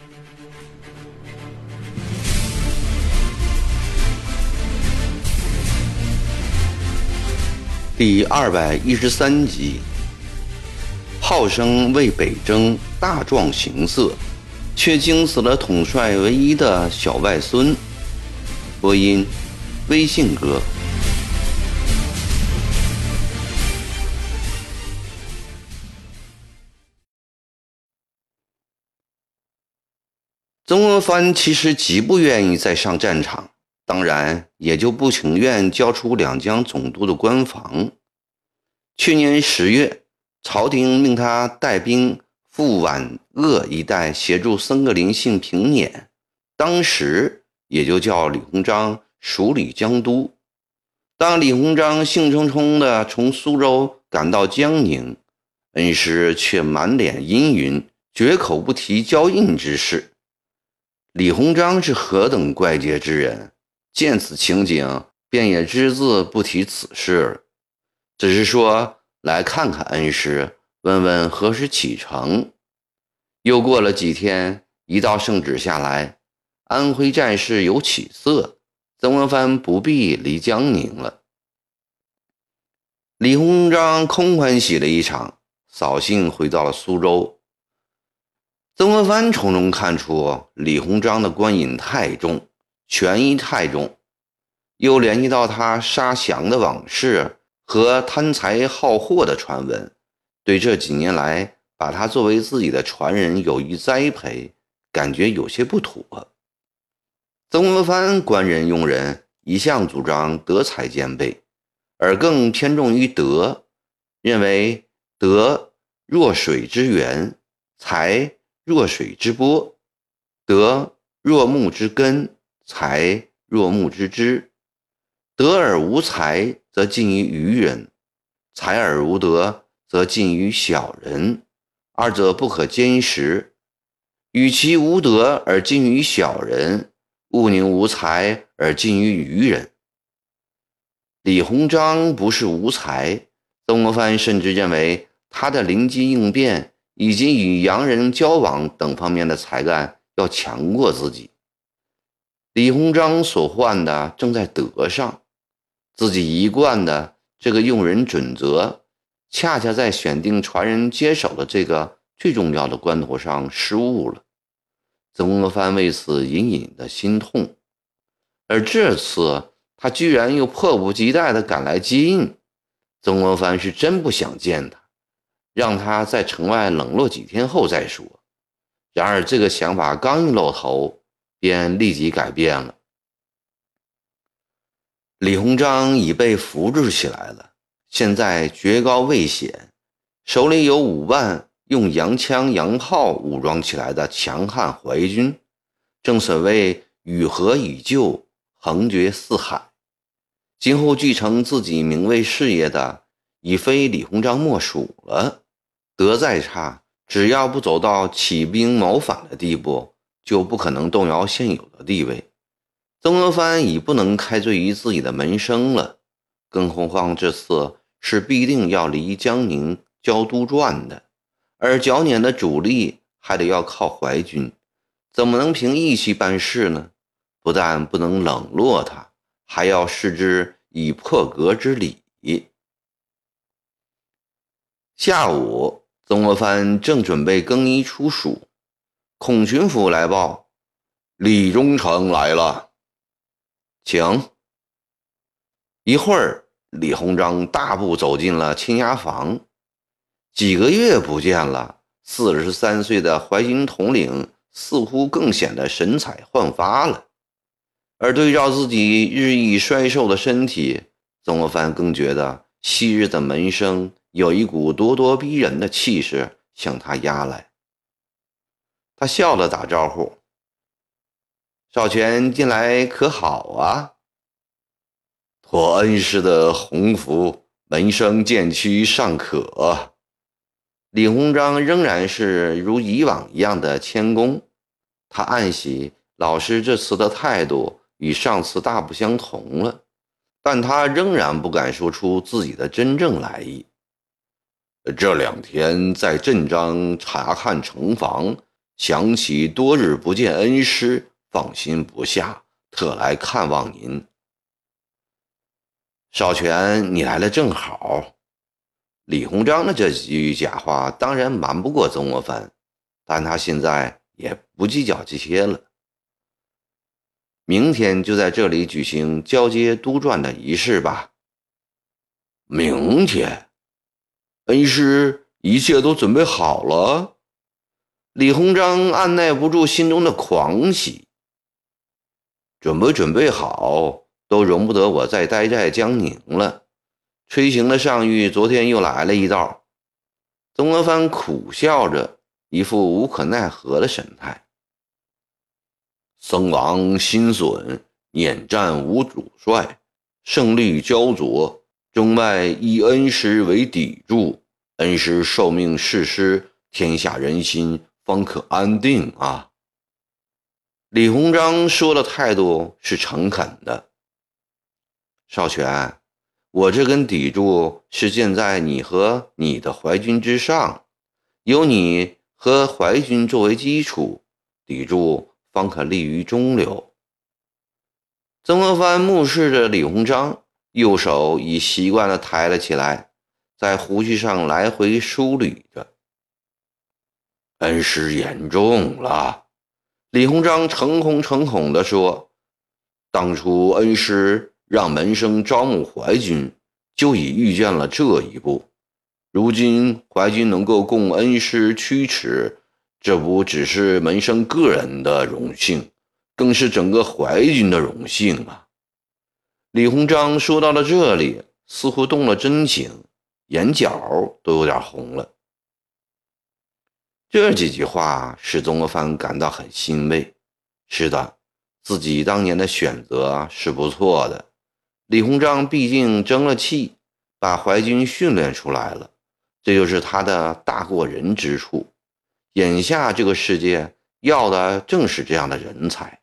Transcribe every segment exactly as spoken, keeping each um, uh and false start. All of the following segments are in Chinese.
第二百一十三集，号称为北征大壮形色，却惊死了统帅唯一的小外孙。播音：微信哥。曾国藩其实极不愿意再上战场，当然也就不情愿交出两江总督的官房。去年十月，朝廷命他带兵赴皖鄂一带协助僧格林信平捻，当时也就叫李鸿章署理江都。当李鸿章兴冲冲地从苏州赶到江宁，恩师却满脸阴云，绝口不提交印之事。李鸿章是何等怪节之人，见此情景便也只字不提此事了，只是说来看看恩师，问问何时启程。又过了几天，一道圣旨下来，安徽战事有起色，曾国藩不必离江宁了。李鸿章空欢喜了一场，扫兴回到了苏州。曾国藩从中看出李鸿章的官瘾太重，权益太重，又联系到他杀降的往事和贪财好货的传闻，对这几年来把他作为自己的传人有意栽培，感觉有些不妥。曾国藩官人用人一向主张德才兼备，而更偏重于德，认为德若水之源，才若水之波，德若木之根，才若木之枝。德而无才，则近于愚人；才而无德，则近于小人。二者不可兼食。与其无德而近于小人，勿宁无才而近于愚人。李鸿章不是无才，曾国藩甚至认为他的灵机应变以及与洋人交往等方面的才干要强过自己。李鸿章所患的正在德上，自己一贯的这个用人准则，恰恰在选定传人接手的这个最重要的关头上失误了。曾国藩为此隐隐的心痛，而这次他居然又迫不及待地赶来接应。曾国藩是真不想见他，让他在城外冷落几天后再说。然而这个想法刚一露头，便立即改变了。李鸿章已被扶植起来了，现在爵高位显，手里有五万用洋枪洋炮武装起来的强悍淮军，正所谓与河以救，横绝四海。今后继承自己名位事业的已非李鸿章莫属了。德再差，只要不走到起兵谋反的地步，就不可能动摇现有的地位。曾国藩已不能开罪于自己的门生了，更何况这次是必定要离江宁交都转的，而剿捻的主力还得要靠淮军，怎么能凭义气办事呢？不但不能冷落他，还要视之以破格之礼。下午，曾国藩正准备更衣出署，孔巡抚来报，李忠诚来了，请。一会儿，李鸿章大步走进了亲押房。几个月不见了，四十三岁的淮军统领似乎更显得神采焕发了。而对照自己日益衰瘦的身体，曾国藩更觉得昔日的门生有一股咄咄逼人的气势向他压来。他笑了打招呼：少荃近来可好啊？托恩师的鸿福，门生渐趋尚可。李鸿章仍然是如以往一样的谦恭，他暗喜老师这次的态度与上次大不相同了，但他仍然不敢说出自己的真正来意。这两天在镇章查看城防， 想起多日不见恩师，放心不下，特来看望您。少荃，你来了正好。李鸿章的这几句假话当然瞒不过曾国藩，但他现在也不计较这些了。明天就在这里举行交接督撰的仪式吧。明天？恩师一切都准备好了？李鸿章按耐不住心中的狂喜。准不准备好都容不得我再待在江宁了。崔行的上谕昨天又来了一道。曾国藩苦笑着，一副无可奈何的神态。僧王心损，撵战无主帅，胜率焦灼，中外以恩师为砥柱，恩师受命誓师，天下人心方可安定啊。李鸿章说的态度是诚恳的。少荃，我这根砥柱是建在你和你的淮军之上，有你和淮军作为基础，砥柱方可立于中流。曾国藩目视着李鸿章，右手已习惯地抬了起来，在胡须上来回梳捋着。恩师言重了。李鸿章诚惶诚恐地说，当初恩师让门生招募淮军，就已预见了这一步。如今淮军能够供恩师驱驰，这不只是门生个人的荣幸，更是整个淮军的荣幸啊。李鸿章说到了这里，似乎动了真情，眼角都有点红了。这几句话使曾国藩感到很欣慰。是的，自己当年的选择是不错的。李鸿章毕竟争了气，把淮军训练出来了，这就是他的大过人之处。眼下这个世界要的正是这样的人才。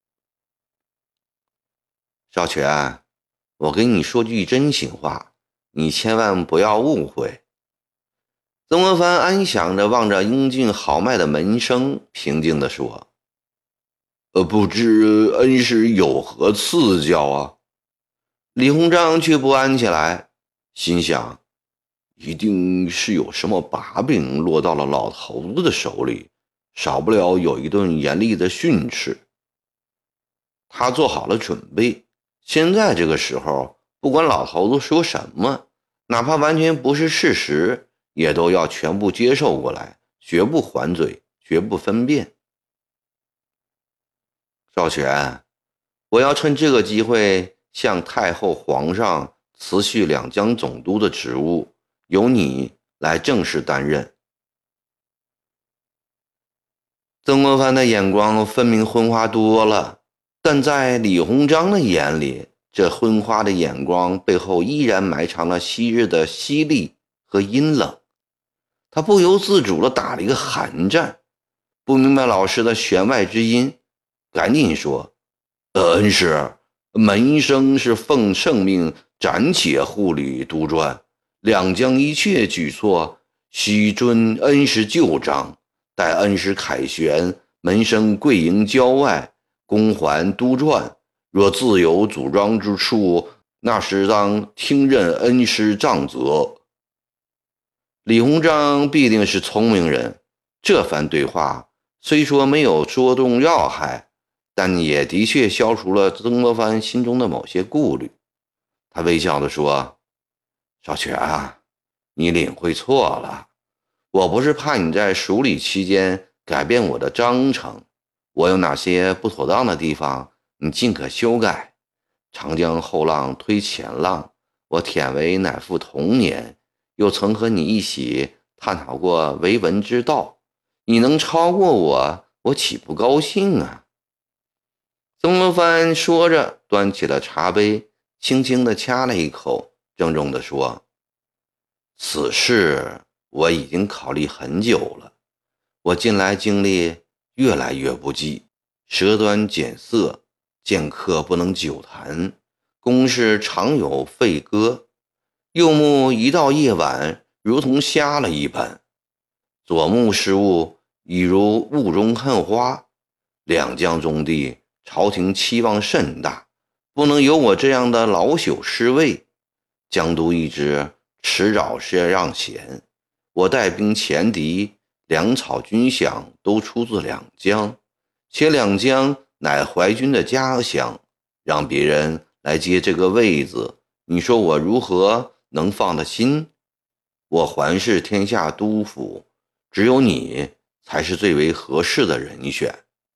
少荃，我跟你说句真心话，你千万不要误会。曾国藩安详着望着英俊豪迈的门生，平静地说：呃，不知恩师有何赐教啊？李鸿章却不安起来，心想，一定是有什么把柄落到了老头子的手里，少不了有一顿严厉的训斥。他做好了准备，现在这个时候，不管老头子说什么，哪怕完全不是事实，也都要全部接受过来，绝不还嘴，绝不分辨。少荃，我要趁这个机会向太后皇上辞去两江总督的职务，由你来正式担任。曾国藩的眼光分明昏花多了，但在李鸿章的眼里，这昏花的眼光背后依然埋藏了昔日的犀利和阴冷。他不由自主地打了一个寒战，不明白老师的弦外之音，赶紧说：呃，恩师，门生是奉圣命暂且护理督撰，两江一切举措须遵恩师旧章，待恩师凯旋，门生跪迎郊外，公还督撰。若自有主张之处，那时当听任恩师杖责。李鸿章必定是聪明人，这番对话虽说没有说中要害，但也的确消除了曾国藩心中的某些顾虑。他微笑地说：少荃啊，你领会错了，我不是怕你在署理期间改变我的章程，我有哪些不妥当的地方，你尽可修改。长江后浪推前浪，我忝为乃父童年，又曾和你一起探讨过为文之道，你能超过我，我岂不高兴啊？曾国藩说着，端起了茶杯，轻轻地掐了一口，郑重地说：此事我已经考虑很久了，我近来经历越来越不济，舌端减涩，见客不能久谈，公事常有废歌，右目一到夜晚如同瞎了一般，左目失误， 已如雾中看花。两江中地，朝廷期望甚大，不能有我这样的老朽侍卫。江都一直迟早是要让贤，我带兵前敌，粮草军饷都出自两江，且两江乃淮军的家乡，让别人来接这个位子，你说我如何能放得心？我环视天下都府，只有你才是最为合适的人选。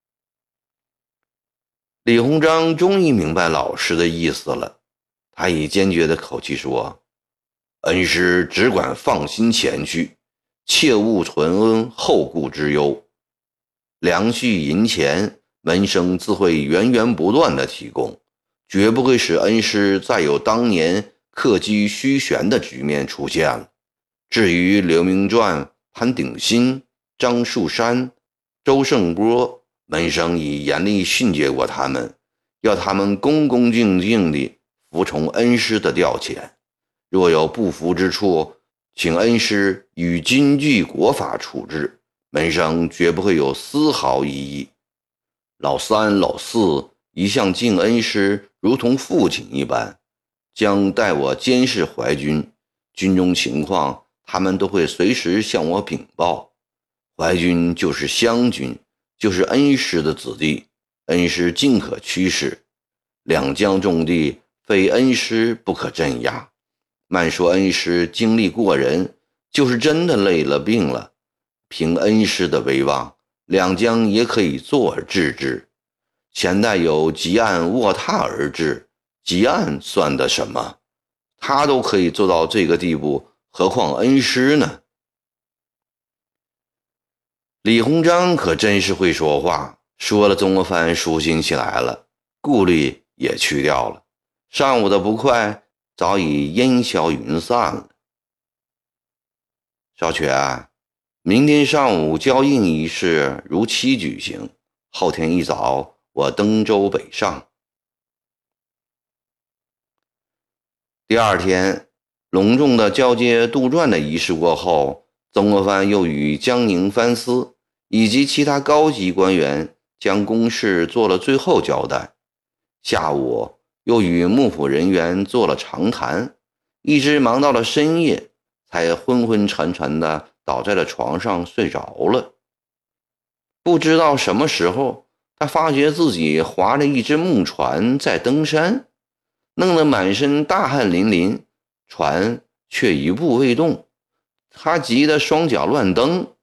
李鸿章终于明白老师的意思了，他以坚决的口气说：恩师只管放心前去，切勿存后顾之忧。粮恤银钱，门生自会源源不断的提供，绝不会使恩师再有当年客居虚悬的局面出现了。至于刘铭传、潘鼎新、张树山、周胜波，门生已严厉训诫过他们，要他们恭恭敬敬地服从恩师的调遣，若有不服之处，请恩师与军纪国法处置，门生绝不会有丝毫异议。老三、老四一向敬恩师如同父亲一般，将代我监视淮军，军中情况他们都会随时向我禀报。淮军就是湘军，就是恩师的子弟，恩师尽可驱使，两江重地非恩师不可镇压。慢说恩师精力过人，就是真的累了病了，凭恩师的威望，两江也可以坐而治之。前代有急案卧榻而治，急案算得什么？他都可以做到这个地步，何况恩师呢？李鸿章可真是会说话，说了曾国藩舒心起来了，顾虑也去掉了。上午的不快早已烟消云散了。少荃，明天上午交印仪式如期举行，后天一早我登舟北上。第二天，隆重的交接杜撰的仪式过后，曾国藩又与江宁藩司以及其他高级官员将公事做了最后交代。下午又与幕府人员做了长谈，一直忙到了深夜，才昏昏沉沉的倒在了床上睡着了。不知道什么时候，他发觉自己划着一只木船在登山，弄得满身大汗淋淋，船却一步未动，他急得双脚乱蹬。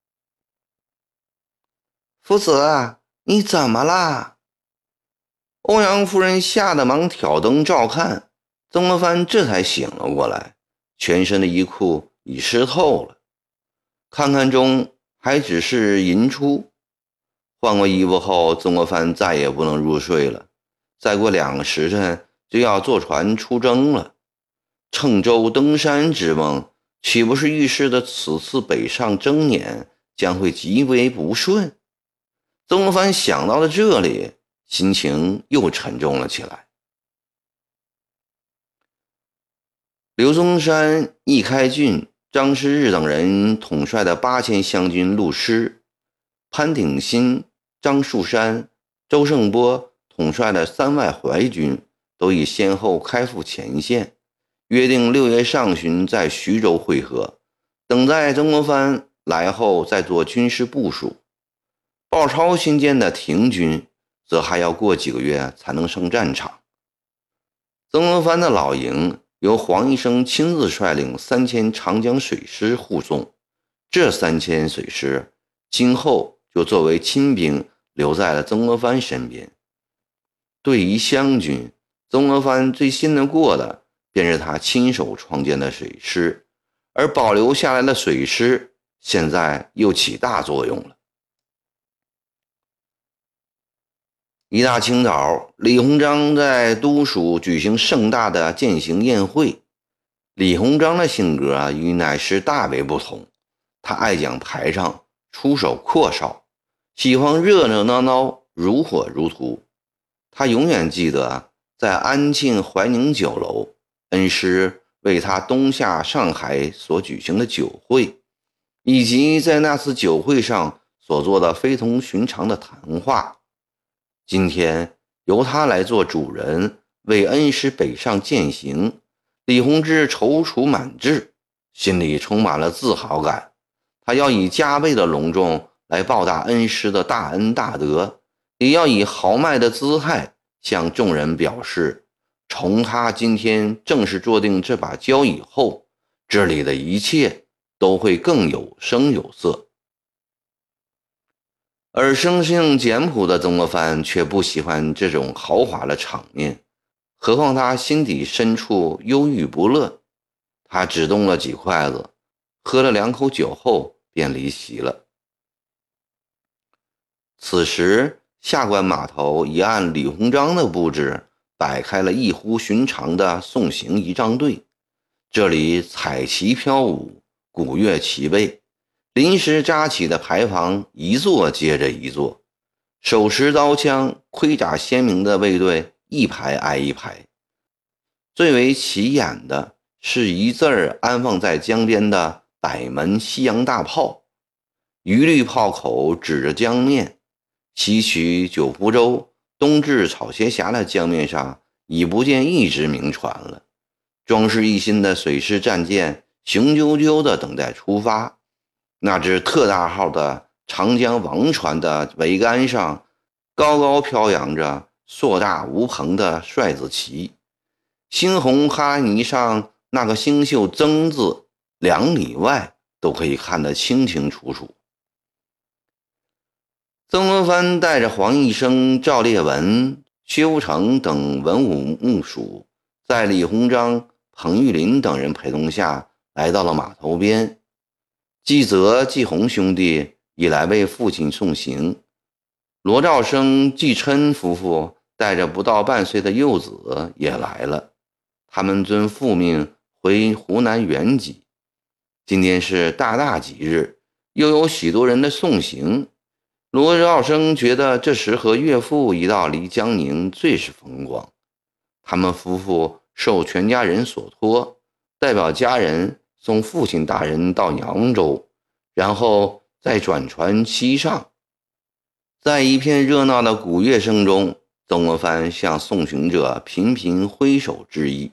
夫子，你怎么啦？欧阳夫人吓得忙挑灯照看，曾国藩这才醒了过来，全身的衣裤已湿透了，看看中还只是寅初。换过衣服后，曾国藩再也不能入睡了，再过两个时辰就要坐船出征了。乘舟登山之梦，岂不是预示着此次北上征年将会极为不顺？曾国藩想到了这里，心情又沉重了起来。刘宗山、易开俊、张师日等人统帅的八千湘军陆师，潘鼎新、张树山、周胜波统帅的三万淮军都已先后开赴前线，约定六月上旬在徐州会合，等待曾国藩来后再做军事部署。鲍超新建的廷军则还要过几个月才能上战场。曾国藩的老营由黄医生亲自率领三千长江水师护送，这三千水师今后就作为亲兵留在了曾国藩身边。对于湘军，曾国藩最信得过的便是他亲手创建的水师，而保留下来的水师现在又起大作用了。一大清早，李鸿章在都署举行盛大的饯行宴会。李鸿章的性格啊，与乃师大为不同，他爱讲排场，出手阔少，喜欢热热闹闹，如火如荼。他永远记得在安庆怀宁酒楼，恩师为他东下上海所举行的酒会，以及在那次酒会上所做的非同寻常的谈话。今天由他来做主人，为恩师北上饯行，李洪志踌躇满志，心里充满了自豪感。他要以加倍的隆重来报答恩师的大恩大德，也要以豪迈的姿态向众人表示，从他今天正式坐定这把交椅后，这里的一切都会更有声有色。而生性简朴的曾国藩却不喜欢这种豪华的场面，何况他心底深处忧郁不乐。他只动了几筷子，喝了两口酒后便离席了。此时下关码头已按李鸿章的布置摆开了异乎寻常的送行仪仗队，这里彩旗飘舞，鼓乐齐备，临时扎起的牌坊一座接着一座，手持刀枪盔甲鲜明的卫队一排挨一排。最为起眼的是一字儿安放在江边的百门西洋大炮，鱼绿炮口指着江面，西取九福洲，东至草鞋峡的江面上已不见一只明船了。装饰一新的水师战舰雄赳赳地等待出发。那只特大号的长江王船的桅杆上高高飘扬着硕大无朋的帅字旗，猩红哈尼上那个星宿曾字两里外都可以看得清清楚楚。曾国藩带着黄义生、赵烈文、薛福成等文武幕属，在李鸿章、彭玉麟等人陪同下来到了码头边。季泽、季红兄弟已来为父亲送行，罗兆生、季琛夫妇带着不到半岁的幼子也来了，他们遵父命回湖南原籍。今天是大大吉日，又有许多人的送行。罗兆生觉得这时和岳父一道离江宁最是风光。他们夫妇受全家人所托，代表家人送父亲大人到扬州，然后再转船西上。在一片热闹的鼓乐声中，曾国藩向送行者频频挥手致意，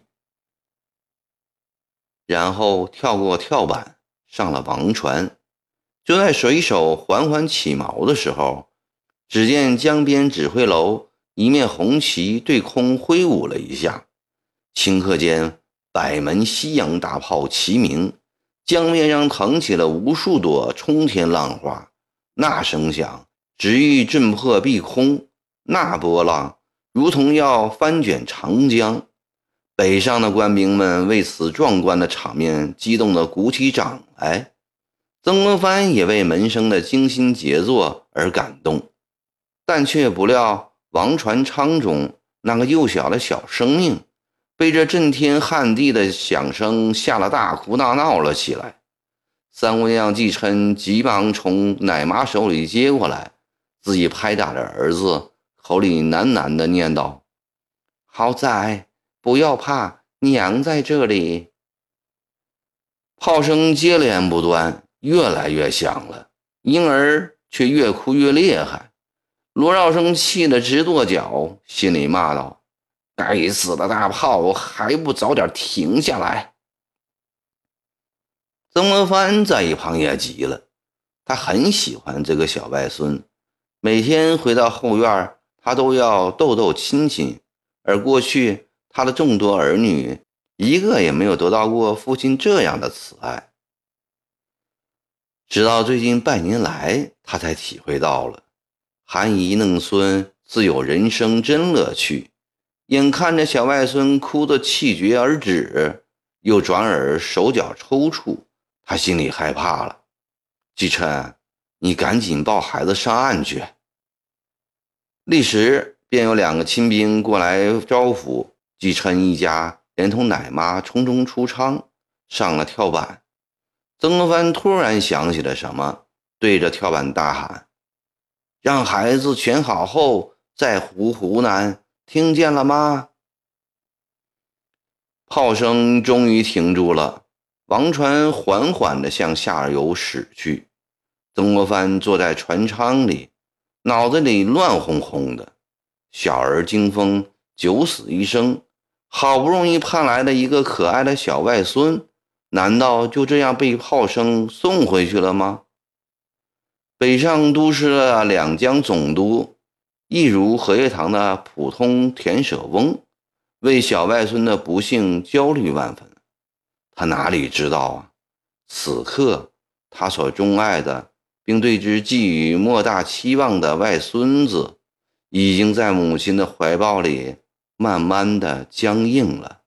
然后跳过跳板上了王船。就在水手缓缓起锚的时候，只见江边指挥楼一面红旗对空挥舞了一下，顷刻间百门西洋大炮齐鸣，江面上腾起了无数朵冲天浪花，那声响直欲震破碧空，那波浪如同要翻卷长江。北上的官兵们为此壮观的场面激动得鼓起掌来，曾国藩也为门生的精心杰作而感动，但却不料王传昌中那个幼小的小生命被这震天撼地的响声吓了大哭大闹了起来。三姑娘季琛急忙从奶妈手里接过来，自己拍打着儿子，口里喃喃地念叨：好在不要怕，娘在这里。炮声接连不断，越来越响了，婴儿却越哭越厉害。罗兆生气得直跺脚，心里骂道：该死的大炮，还不早点停下来！曾国藩在一旁也急了，他很喜欢这个小外孙，每天回到后院，他都要逗逗亲亲，而过去他的众多儿女一个也没有得到过父亲这样的慈爱。直到最近半年来，他才体会到了含饴弄孙自有人生真乐趣。眼看着小外孙哭得气绝而止，又转而手脚抽搐，他心里害怕了。季琛，你赶紧抱孩子上岸去。立时便有两个亲兵过来招呼，季琛一家连同奶妈匆匆出舱，上了跳板。曾国藩突然想起了什么，对着跳板大喊：让孩子全好后再回湖南，听见了吗？炮声终于停住了，王船缓缓地向下游驶去。 曾国藩坐在船舱里，脑子里乱哄哄的。小儿惊风，九死一生，好不容易盼来的一个可爱的小外孙，难道就这样被炮声送回去了吗？北上都师的两江总督，一如荷叶塘的普通田舍翁，为小外孙的不幸焦虑万分。他哪里知道啊，此刻他所钟爱的并对之寄予莫大期望的外孙子，已经在母亲的怀抱里慢慢的僵硬了。